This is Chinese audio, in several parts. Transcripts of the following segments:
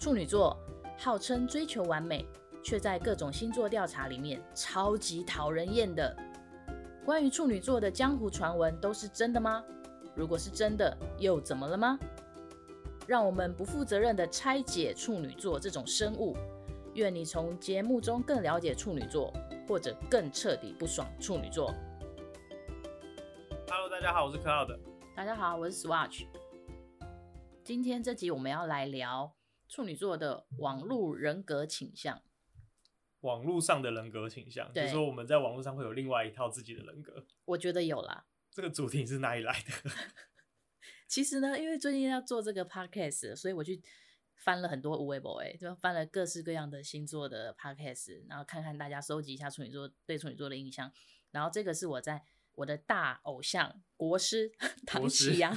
处女座号称追求完美，却在各种星座调查里面超级讨人厌的。关于处女座的江湖传闻都是真的吗？如果是真的，又怎么了吗？让我们不负责任的拆解处女座这种生物。愿你从节目中更了解处女座，或者更彻底不爽处女座。 Hello， 大家好，我是 Cloud。 大家好，我是 Swatch。今天这集我们要来聊处女座的网络人格倾向。 网络上的人格倾向，就是说我们在网络上会有另外一套自己的人格。 我觉得有啦。 这个主题是哪里来的？ 其实呢，因为最近要做这个 podcast， 所以我去翻了很多有的没的，就翻了各式各样的星座的 podcast， 然后看看大家收集一下处女座对处女座的印象。然后这个是我在我的大偶像国师唐启阳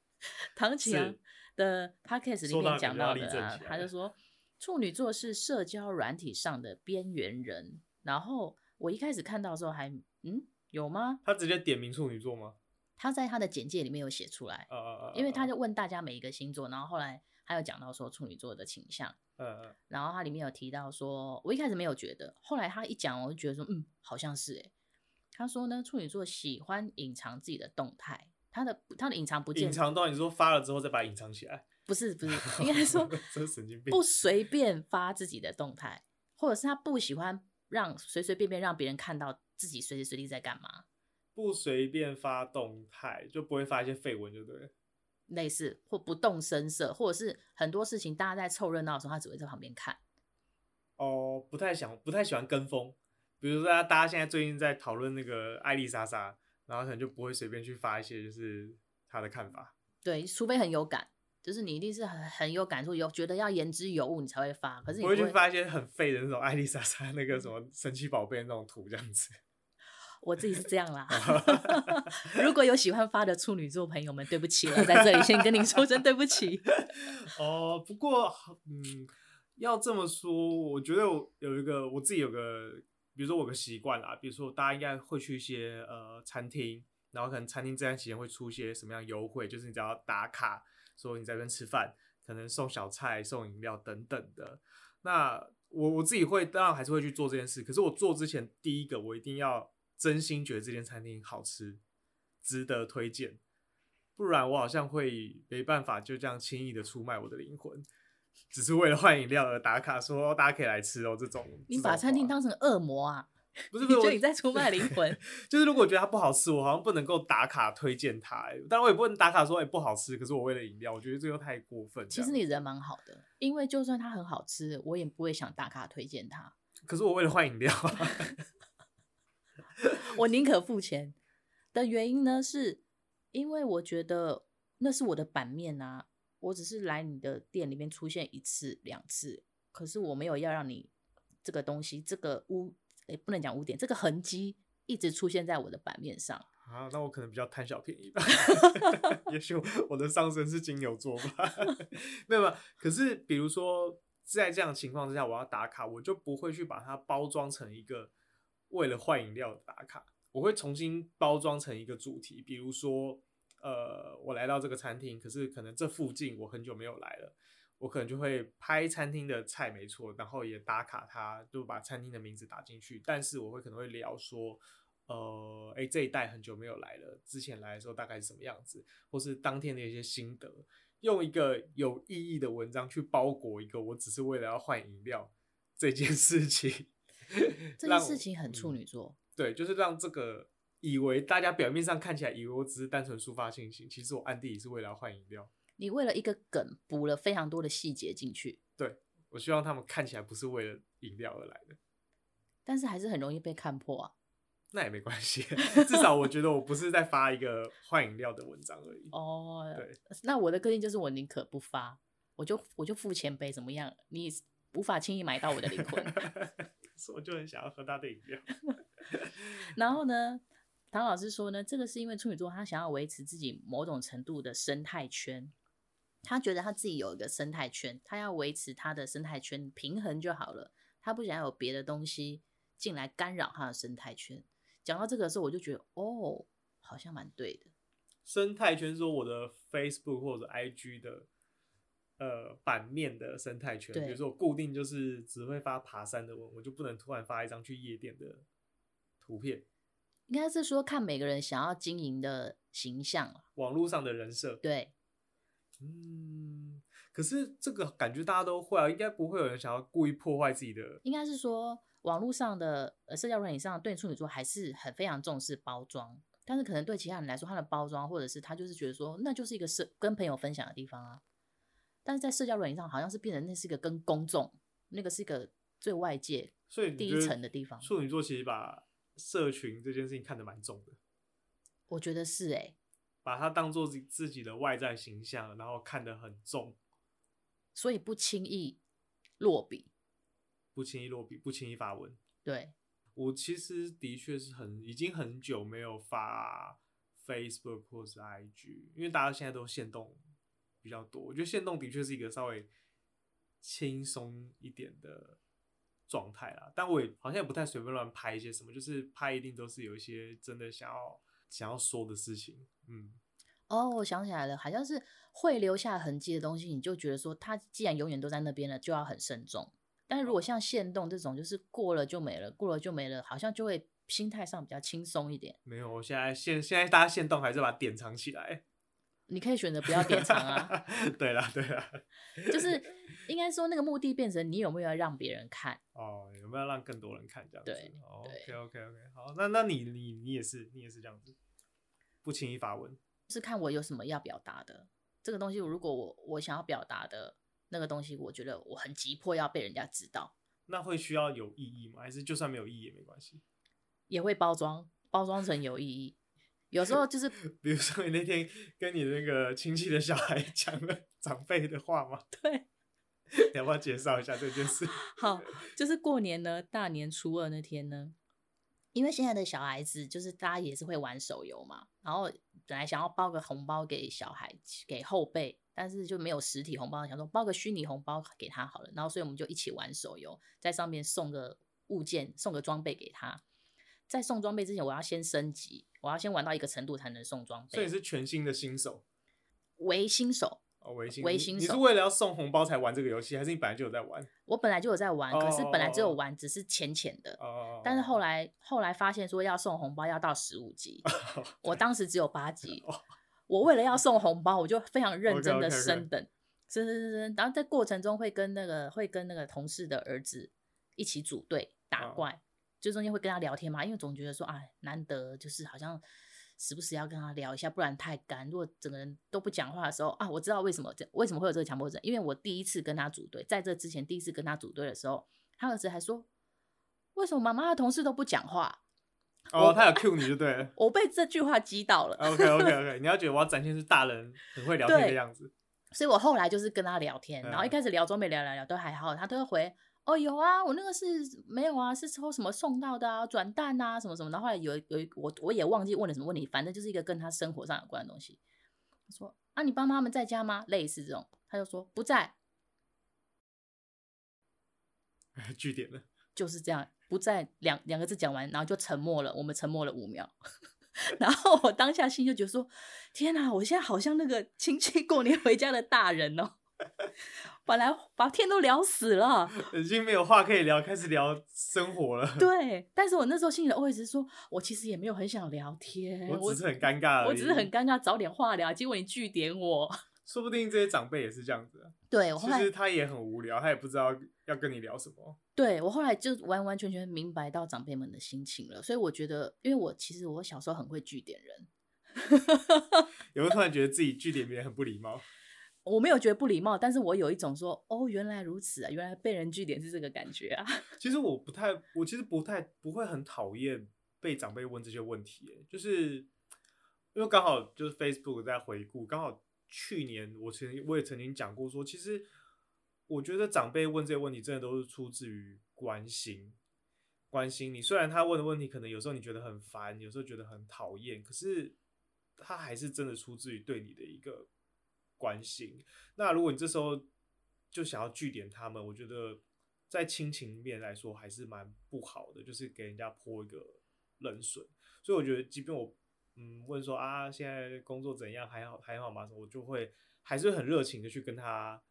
的 podcast 里面讲到的啊，他就说处女座是社交软体上的边缘人。然后我一开始看到的时候还有吗？ 他直接点名处女座吗？ 他在他的简介里面有写出来，因为他就问大家每一个星座，然后后来他有讲到说处女座的倾向，然后他里面有提到说，我一开始没有觉得，后来他一讲我就觉得说好像是耶。他说呢，处女座喜欢隐藏自己的动态，他的隐藏不见隐藏到你说发了之后再把它隐藏起来， 不是应该说这是神经病， 不随便发自己的动态，或者是他不喜欢让随随便便让别人看到自己随时随地在干嘛， 不随便发动态就不会发一些绯闻，就对了， 类似或不动声色，或者是很多事情大家在凑热闹的时候，他只会在旁边看。 不太喜欢跟风。比如说大家现在最近在讨论那个艾丽莎莎，然后可能就不会随便去发一些就是他的看法。 对，除非很有感，就是你一定是很有感触，觉得要言之有物你才会发，可是你不会去发一些很废的那种艾丽莎莎那个什么神奇宝贝那种图这样子。 我自己是这样啦。如果有喜欢发的处女座朋友们，对不起了，在这里先跟您说声对不起。 不过要这么说，我觉得我自己有个，比如说我有个习惯啦，比如说大家应该会去一些餐厅，然后可能餐厅这段期间会出一些什么样的优惠，就是你只要打卡说你在这边吃饭，可能送小菜、送饮料等等的。那我自己当然还是会去做这件事，可是我做之前，第一个我一定要真心觉得这间餐厅好吃，值得推荐，不然我好像会没办法就这样轻易的出卖我的灵魂，只是为了换饮料而打卡说大家可以来吃这种。 你把餐厅当成恶魔啊？ 不是， 你觉得你在出卖灵魂？ 就是如果我觉得它不好吃，我好像不能够打卡推荐它。当然我也不能打卡说不好吃，可是我为了饮料，我觉得这又太过分。 其实你人蛮好的，因为就算它很好吃，我也不会想打卡推荐它。 可是我为了换饮料我宁可付钱的原因呢，是因为我觉得那是我的版面啊，我只是来你的店里面出现1次2次，可是我没有要让你这个东西，这个不能讲污点，这个痕迹一直出现在我的版面上啊。那我可能比较贪小便宜吧。也许我的上身是金牛座吧。没有，可是比如说在这样的情况之下，我要打卡，我就不会去把它包装成一个为了换饮料的打卡，我会重新包装成一个主题。比如说我来到这个餐厅，可是可能这附近我很久没有来了，我可能就会拍餐厅的菜没错，然后也打卡它，就把餐厅的名字打进去，但是我可能会聊说这一代很久没有来了，之前来的时候大概是什么样子，或是当天的一些心得，用一个有意义的文章去包裹一个我只是为了要换饮料这件事情。 这件事情很处女座。 对，就是让这个以为大家表面上看起来以为我只是单纯抒发心情，其实我暗地里是为了要换饮料。 你为了一个梗补了非常多的细节进去。 对，我希望他们看起来不是为了饮料而来的， 但是还是很容易被看破啊。 那也没关系，至少我觉得我不是在发一个换饮料的文章而已。对， 那我的个性就是我宁可不发，我就付钱呗，怎么样？你无法轻易买到我的灵魂。 我就很想要喝他的饮料。 然后呢，唐老师说呢，这个是因为处女座他想要维持自己某种程度的生态圈，他觉得他自己有一个生态圈，他要维持他的生态圈平衡就好了，他不想有别的东西进来干扰他的生态圈。讲到这个的时候，我就觉得好像蛮对的。 生态圈说我的 Facebook 或者 IG 的版面的生态圈，比如说我固定就是只会发爬山的文，我就不能突然发一张去夜店的图片。 应该是说看每个人想要经营的形象， 网络上的人设。 对， 可是这个感觉大家都会啊，应该不会有人想要故意破坏自己的。 应该是说网络上的社交软体上对处女座还是非常重视包装，但是可能对其他人来说，他的包装或者是他就是觉得说那就是一个跟朋友分享的地方啊。但是在社交软体上好像是变成那是一个跟公众，那个是一个最外界第一层的地方。 处女座其实把社群这件事情看得蛮重的。 我觉得是把它当做自己的外在形象，然后看得很重， 所以不轻易落笔， 不轻易落笔，不轻易发文。 对， 我其实的确是已经很久没有发 Facebook 或是 IG， 因为大家现在都限动比较多，我觉得限动的确是一个稍微轻松一点的状态啦。但我也好像也不太随便乱拍一些什么，就是拍一定都是有一些真的想要说的事情。 我想起来了，好像是会留下痕迹的东西，你就觉得说它既然永远都在那边了，就要很慎重。但是如果像限动这种，就是过了就没了，过了就没了，好像就会心态上比较轻松一点。 没有，现在大家限动还是把它典藏起来。 你可以选择不要典藏啊。 对啦， 就是应该说那个目的变成你有没有要让别人看有没有让更多人看这样子？ 对 ，OK， 好，那你也是这样子，不轻易发文， 是看我有什么要表达的这个东西。如果我想要表达的那个东西，我觉得我很急迫要被人家知道， 那会需要有意义吗？还是就算没有意义也没关系？ 也会包装成有意义。有时候就是比如说你那天跟你那个亲戚的小孩讲了长辈的话吗？ 对， 你要不要介绍一下这件事？ 好，就是过年呢，大年初二那天呢，因为现在的小孩子就是大家也是会玩手游嘛，然后本来想要包个红包给小孩给后辈，但是就没有实体红包，想说包个虚拟红包给他好了，然后所以我们就一起玩手游，在上面送个物件，送个装备给他。在送装备之前，我要先升级，我要先玩到一个程度才能送装备。 所以是全新的新手， 为新手。 微新手，你是为了要送红包才玩这个游戏，还是你本来就有在玩？ 我本来就有在玩，可是本来只有玩，只是浅的。但是后来发现说要送红包要到15级，我当时只有8级。我为了要送红包，我就非常认真的升等，升，然后在过程中会跟那个同事的儿子一起组队打怪，就中间会跟他聊天嘛，因为总觉得说难得就是好像时不时要跟他聊一下，不然太干。如果整个人都不讲话的时候我知道为什么会有这个强迫症，因为我第一次跟他组队，在这之前第一次跟他组队的时候，他儿子还说为什么妈妈的同事都不讲话？ 他有 cue 你就对了。 我被这句话击倒了。 OK， 你要觉得我要展现是大人很会聊天的样子， 所以我后来就是跟他聊天，然后一开始聊装备聊都还好，他都会回有啊，我那个是没有啊，是抽什么送到的啊，转蛋啊什么什么。然后后来我也忘记问了什么问题，反正就是一个跟他生活上有关的东西。他说你爸妈他们在家吗？类似这种，他就说不在。 句点了， 就是这样，不在两个字讲完，然后就沉默了，我们沉默了5秒。然后我当下心就觉得说，天哪，我现在好像那个亲戚过年回家的大人哦。本来把天都聊死了， 已经没有话可以聊，开始聊生活了。 对，但是我那时候心里的 OS 说，我其实也没有很想聊天， 我只是很尴尬而已， 我只是很尴尬，找点话聊，结果你句点我。 说不定这些长辈也是这样子啊。 对，我后来其实他也很无聊，他也不知道要跟你聊什么。 对，我后来就完完全全明白到长辈们的心情了，所以我觉得，因为其实我小时候很会句点人。 有没有突然觉得自己句点别人很不礼貌？ 我没有觉得不礼貌，但是我有一种说，原来如此啊，原来被人句点是这个感觉啊。 其实我其实不会很讨厌被长辈问这些问题，就是因为刚好就是 Facebook 在回顾，刚好去年我也曾经讲过说，其实我觉得长辈问这些问题真的都是出自于关心你。虽然他问的问题可能有时候你觉得很烦，有时候觉得很讨厌，可是他还是真的出自于对你的一个关心。那如果你这时候就想要句点他们，我觉得在亲情面来说还是蛮不好的，就是给人家泼一个冷水。所以我觉得即便我问说现在工作怎样，还好吗，我就会还是会很热情的去跟他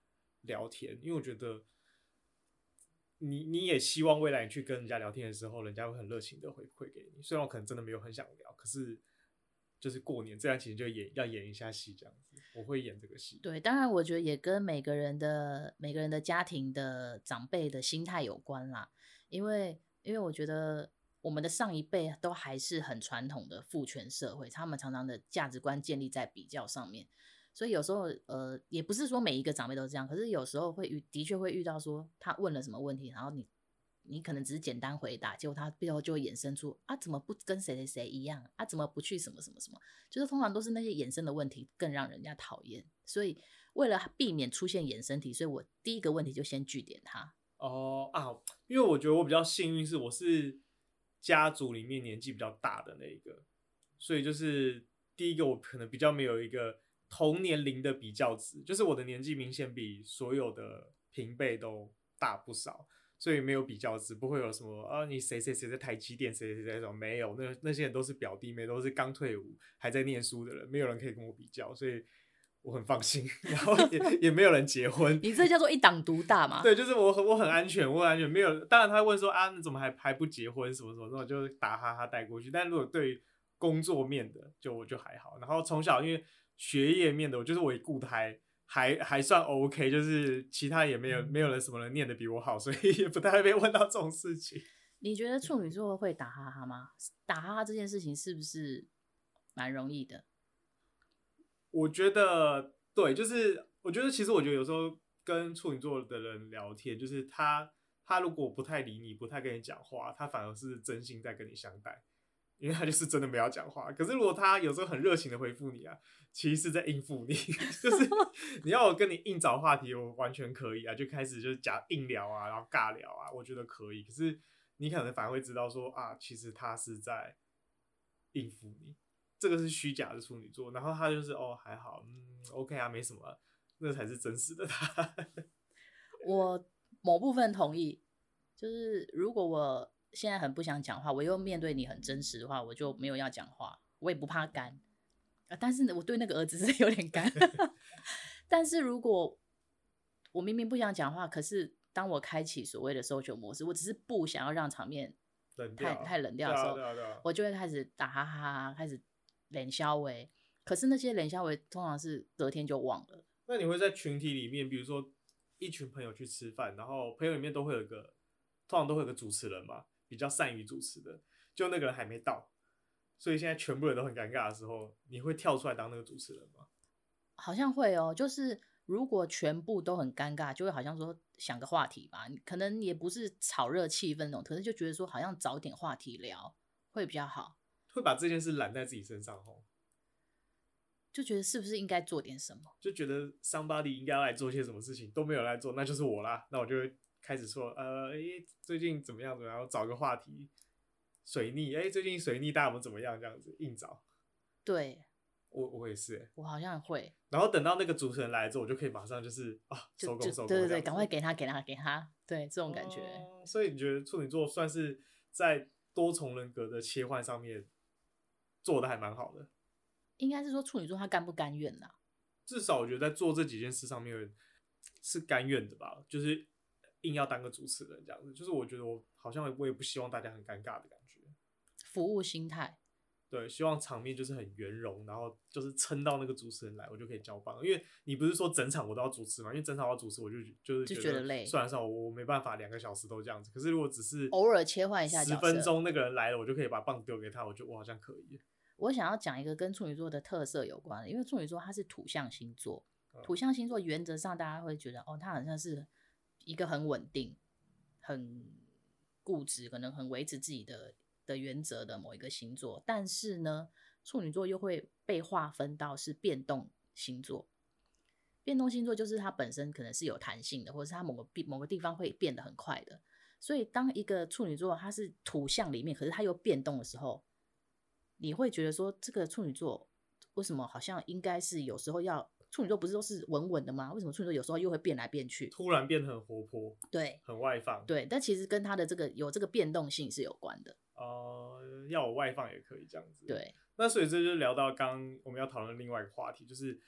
聊天，因为我觉得你也希望未来你去跟人家聊天的时候，人家会很热情的回馈给你。虽然我可能真的没有很想聊，可是就是过年这段期间就要演一下戏这样子，我会演这个戏。 对，当然我觉得也跟每个人的家庭的长辈的心态有关啦，因为我觉得我们的上一辈都还是很传统的父权社会，他们常常的价值观建立在比较上面，所以有时候也不是说每一个长辈都这样，可是有时候的确会遇到说他问了什么问题，然后你可能只是简单回答，结果他背后就会衍生出啊怎么不跟谁谁谁一样啊，怎么不去什么什么什么，就是通常都是那些衍生的问题更让人家讨厌，所以为了避免出现衍生题，所以我第一个问题就先句点他。 因为我觉得我比较幸运，是我是家族里面年纪比较大的那一个，所以就是第一个我可能比较没有一个同年龄的比较值，就是我的年纪明显比所有的平辈都大不少，所以没有比较值，不会有什么你谁谁谁在台积电，谁谁谁什么没有，那些人都是表弟妹，都是刚退伍还在念书的人，没有人可以跟我比较，所以我很放心，然后也没有人结婚。 你这叫做一党独大嘛？ 对，就是我很安全，我很安全，没有。当然他会问说你怎么还不结婚什么什么，那我就打哈哈带过去。但如果对于工作面的，我就还好。然后从小因为学业面的，我一顾还算 OK， 就是其他也没有人什么人念的比我好，所以也不太会被问到这种事情。 你觉得处女座会打哈哈吗？打哈哈这件事情是不是蛮容易的？ 我觉得对，就是我觉得有时候跟处女座的人聊天，就是他如果不太理你，不太跟你讲话，他反而是真心在跟你相待，因为他就是真的没有讲话。可是如果他有时候很热情的回复你啊，其实是在应付你，就是你要我跟你硬找话题，我完全可以啊，就开始就是硬聊啊，然后尬聊啊，我觉得可以。可是你可能反而会知道说其实他是在应付你。这个是虚假的处女座，然后他就是还好，OK 啊，没什么，那才是真实的他。 我某部分同意，就是如果我现在很不想讲话，我又面对你很真实的话，我就没有要讲话，我也不怕干但是我对那个儿子是有点干。但是如果我明明不想讲话，可是当我开启所谓的 social 模式，我只是不想要让场面太冷掉的时候，我就会开始打哈哈，开始冷笑话，可是那些冷笑话通常是隔天就忘了。 那你会在群体里面，比如说一群朋友去吃饭，然后朋友里面通常都会有个主持人嘛，比较善于主持的，就那个人还没到，所以现在全部人都很尴尬的时候，你会跳出来当那个主持人吗？ 好像会就是如果全部都很尴尬，就会好像说想个话题吧，可能也不是炒热气氛那种，可是就觉得说好像找点话题聊会比较好， 会把这件事揽在自己身上就觉得是不是应该做点什么， 就觉得 somebody 应该要来做些什么事情，都没有来做，那就是我啦。那我就会开始说，最近怎么样，然后找个话题，水逆，最近水逆大家有没有怎么样，这样子硬找。 对， 我也是我好像会。 然后等到那个主持人来之后，我就可以马上就是收工， 对，赶快给他，对，这种感觉。 所以你觉得处女座算是在多重人格的切换上面做的还蛮好的？ 应该是说处女座他甘不甘愿啦？ 至少我觉得在做这几件事上面是甘愿的吧，就是硬要当个主持人这样子，就是我觉得我也不希望大家很尴尬的感觉， 服务心态。 对，希望场面就是很圆融，然后就是撑到那个主持人来，我就可以交棒。因为你不是说整场我都要主持嘛，因为整场我要主持，我就觉得累。 算了，我没办法2个小时都这样子。可是如果只是偶尔切换一下角色 ，10分钟那个人来了，我就可以把棒丢给他，我好像可以。 我想要讲一个跟处女座的特色有关的，因为处女座它是土象星座，土象星座原则上大家会觉得它好像是一个很稳定、很固执，可能很维持自己的原则的某一个星座，但是呢，处女座又会被划分到是变动星座。变动星座就是它本身可能是有弹性的，或者是它某个地方会变得很快的。所以当一个处女座它是土象里面，可是它又变动的时候，你会觉得说这个处女座为什么好像应该是有时候处女座不是都是稳稳的吗？为什么处女座有时候又会变来变去， 突然变得很活泼， 对， 很外放， 对，但其实跟他的有这个变动性是有关的。 要我外放也可以这样子。 对， 那所以这就聊到刚我们要讨论另外一个话题，就是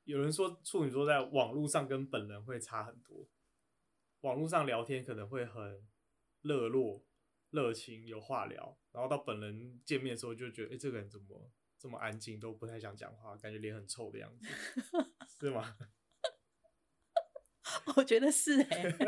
有人说处女座在网络上跟本人会差很多，网络上聊天可能会很热络、热情、有话聊，然后到本人见面的时候就觉得，这个人怎么这么安静，都不太想讲话，感觉脸很臭的样子，是吗？ 我觉得是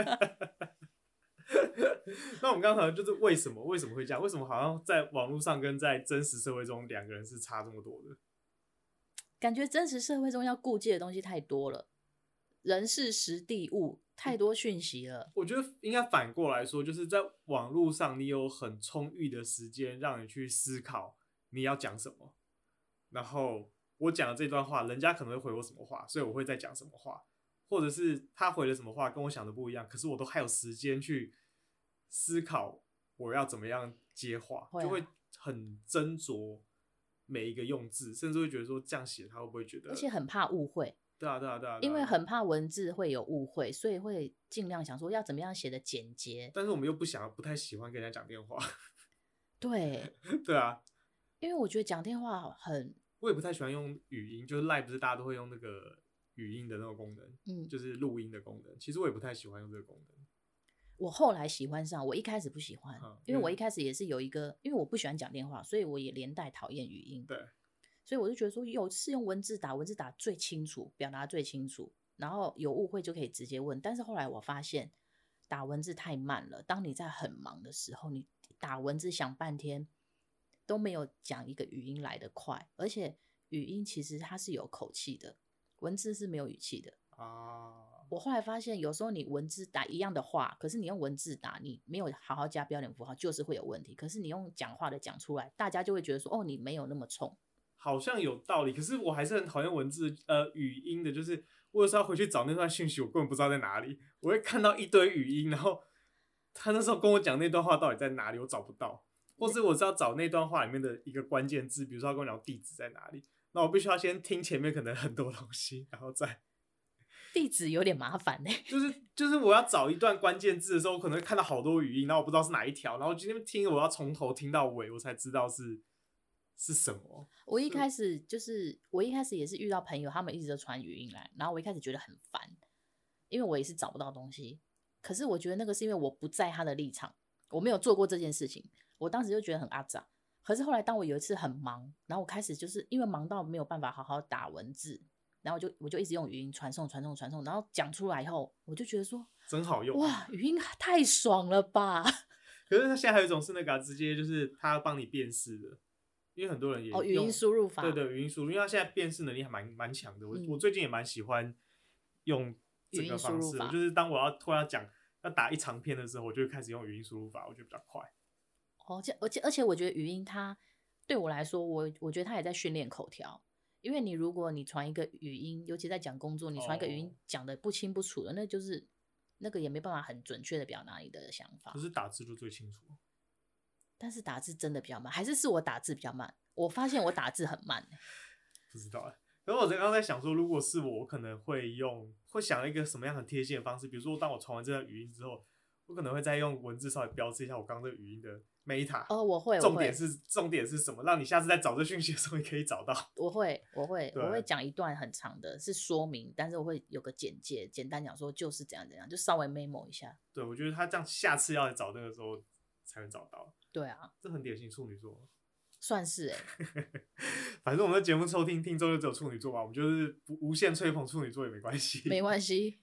那我们刚才就是为什么会这样？为什么好像在网络上跟在真实社会中两个人是差这么多的？ 感觉真实社会中要顾忌的东西太多了，人事时地物太多讯息了。 我觉得应该反过来说，就是在网络上你有很充裕的时间让你去思考你要讲什么，然后我讲的这段话人家可能会回我什么话，所以我会再讲什么话，或者是他回了什么话跟我想的不一样，可是我都还有时间去思考我要怎么样接话，就会很斟酌每一个用字，甚至会觉得说这样写他会不会觉得， 而且很怕误会。 对啊， 因为很怕文字会有误会，所以会尽量想说要怎么样写的简洁。 但是我们又不太喜欢跟人家讲电话。 对对啊， 因为我觉得讲电话很， 我也不太喜欢用语音，就是 LINE 不是大家都会用那个语音的那种功能，就是录音的功能。其实我也不太喜欢用这个功能。 我后来喜欢上，我一开始不喜欢，因为我一开始也是有一个，因为我不喜欢讲电话，所以我也连带讨厌语音。 对， 所以我就觉得说，是用文字打最清楚，表达最清楚，然后有误会就可以直接问。但是后来我发现，打文字太慢了。当你在很忙的时候，你打文字想半天都没有讲一个语音来得快，而且语音其实它是有口气的，文字是没有语气的啊。我后来发现，有时候你文字打一样的话，可是你用文字打，你没有好好加标点符号，就是会有问题。可是你用讲话的讲出来，大家就会觉得说，哦，你没有那么冲。 好像有道理，可是我还是很讨厌文字语音的，就是我有时候要回去找那段讯息，我根本不知道在哪里，我会看到一堆语音，然后他那时候跟我讲那段话到底在哪里，我找不到，或是我是要找那段话里面的一个关键字，比如说他跟我讲地址在哪里，那我必须要先听前面可能很多东西，然后再地址有点麻烦就是我要找一段关键字的时候，我可能会看到好多语音，然后我不知道是哪一条，然后今天听我要从头听到尾，我才知道是什么。 我一开始也是遇到朋友，他们一直都传语音来，然后我一开始觉得很烦，因为我也是找不到东西。可是我觉得那个是因为我不在他的立场，我没有做过这件事情，我当时就觉得很阿杂。可是后来当我有一次很忙，然后我开始就是因为忙到没有办法好好打文字，然后我就一直用语音传送，然后讲出来以后，我就觉得说真好用， 哇，语音太爽了吧！ 可是他现在还有一种是那个直接就是他帮你辨识的。因为很多人也用语音输入法， 对语音输入，因为他现在辨识能力还蛮强的。我最近也蛮喜欢用这个方式，就是当我突然要打一长篇的时候，我就会开始用语音输入法，我觉得比较快。 而且我觉得语音它对我来说，我觉得它也在训练口条。因为如果你传一个语音，尤其在讲工作，你传一个语音讲得不清不楚的，那就是那个也没办法很准确的表达你的想法。 可是打字就最清楚。 但是打字真的比较慢，还是我打字比较慢？我发现我打字很慢不知道可是我刚刚在想说，如果是我可能会想一个什么样很贴心的方式，比如说当我传完这段语音之后，我可能会再用文字稍微标志一下我刚刚这个语音的 meta。 我会。 重点是什么？让你下次在找这讯息的时候，你可以找到。 我会讲一段很长的，是说明，但是我会有个简介，简单讲说就是怎样怎样，就稍微 memo 一下。 对，我觉得他这样下次要来找那个时候才能找到。 对啊， 这很典型处女座， 算是反正我们的节目收听众就只有处女座嘛，我们就是无限吹捧处女座也没关系， 没关系。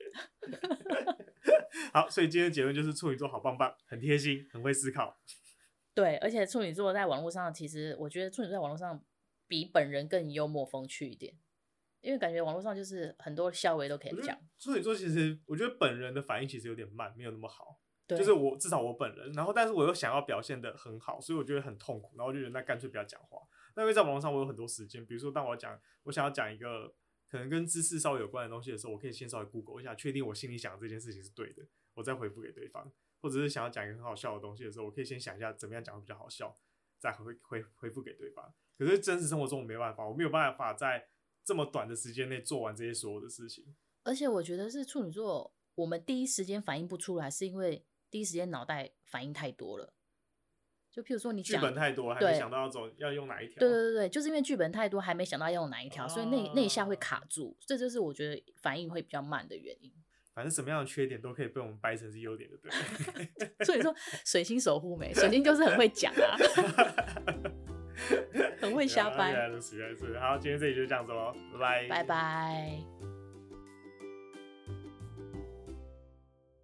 好，所以今天的结论就是处女座好棒棒，很贴心，很会思考。 对，而且处女座在网络上，其实我觉得处女座在网络上比本人更幽默风趣一点，因为感觉网络上就是很多笑话都可以讲。 处女座其实我觉得本人的反应其实有点慢，没有那么好。 就是至少我本人，然后但是我又想要表现得很好，所以我觉得很痛苦，然后我就觉得那干脆不要讲话。那因为在网络上我有很多时间，比如说当我想要讲一个可能跟知识稍微有关的东西的时候，我可以先稍微 Google 一下，确定我心里想的这件事情是对的，我再回复给对方。或者是想要讲一个很好笑的东西的时候，我可以先想一下怎么样讲会比较好笑，再回复给对方。可是真实生活中我没办法，我没有办法在这么短的时间内做完这些所有的事情。 而且我觉得是处女座，我们第一时间反应不出来，是因为第一时间脑袋反应太多了。 就譬如说你剧讲本太多，还没想到要用哪一条。 对对对，就是因为剧本太多，还没想到要用哪一条，所以那一下会卡住，这就是我觉得反应会比较慢的原因。 反正什么样的缺点都可以被我们掰成是优点的，对。 所以说水星守护美，水星就是很会讲啊，很会瞎掰。 原来如此，原来如此。好，今天这里就这样子喽，拜拜。 拜拜。